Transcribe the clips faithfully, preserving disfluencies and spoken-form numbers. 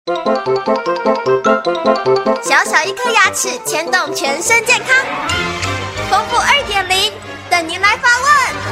小小一颗牙齿牵动全身健康，丰富 二点零 等您来发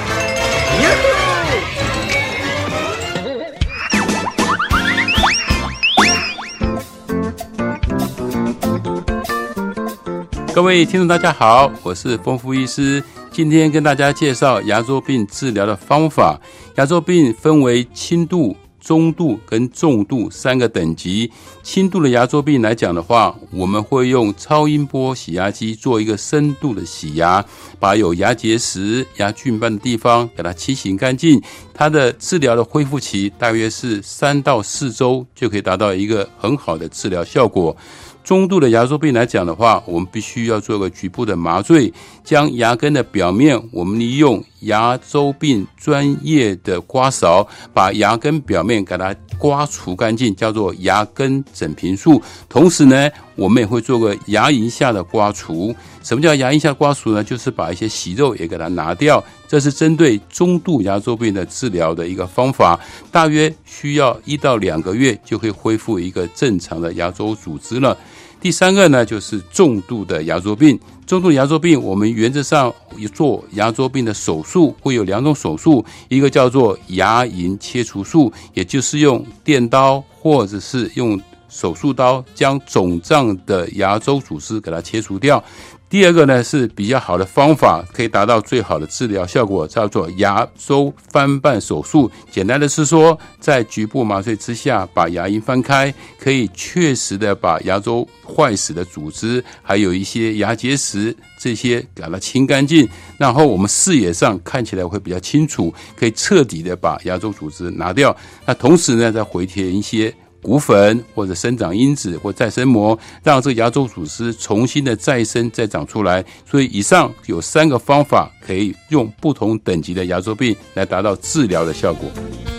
问。各位听众大家好，我是丰富医师，今天跟大家介绍牙周病治疗的方法。牙周病分为轻度、中度跟重度三个等级。轻度的牙周病来讲的话，我们会用超音波洗牙机做一个深度的洗牙，把有牙结石、牙菌斑的地方给它清洗干净。它的治疗的恢复期大约是三到四周，就可以达到一个很好的治疗效果。中度的牙周病来讲的话，我们必须要做个局部的麻醉，将牙根的表面，我们利用牙周病专业的刮勺，把牙根表面给它刮除干净，叫做牙根整平术。同时呢，我们也会做个牙龈下的刮除。什么叫牙龈下刮除呢？就是把一些息肉也给它拿掉。这是针对中度牙周病的治疗的一个方法，大约需要一到两个月就可以恢复一个正常的牙周组织了。第三个呢，就是重度的牙周病。重度的牙周病，我们原则上做牙周病的手术会有两种手术，一个叫做牙龈切除术，也就是用电刀或者是用手术刀将肿胀的牙周组织给它切除掉。第二个呢，是比较好的方法，可以达到最好的治疗效果，叫做牙周翻瓣手术。简单的是说，在局部麻醉之下把牙龈翻开，可以确实的把牙周坏死的组织还有一些牙结石这些给它清干净，然后我们视野上看起来会比较清楚，可以彻底的把牙周组织拿掉。那同时呢，再回填一些骨粉或者生长因子或再生膜，让这个牙周组织重新的再生再长出来。所以以上有三个方法可以用不同等级的牙周病来达到治疗的效果。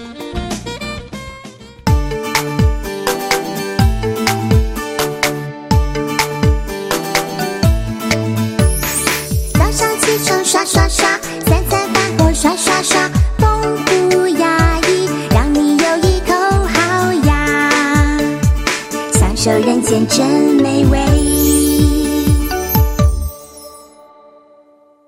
早上起床刷刷刷，三餐饭后刷刷刷，丰富牙医让你有一口好牙，享受人间真美味。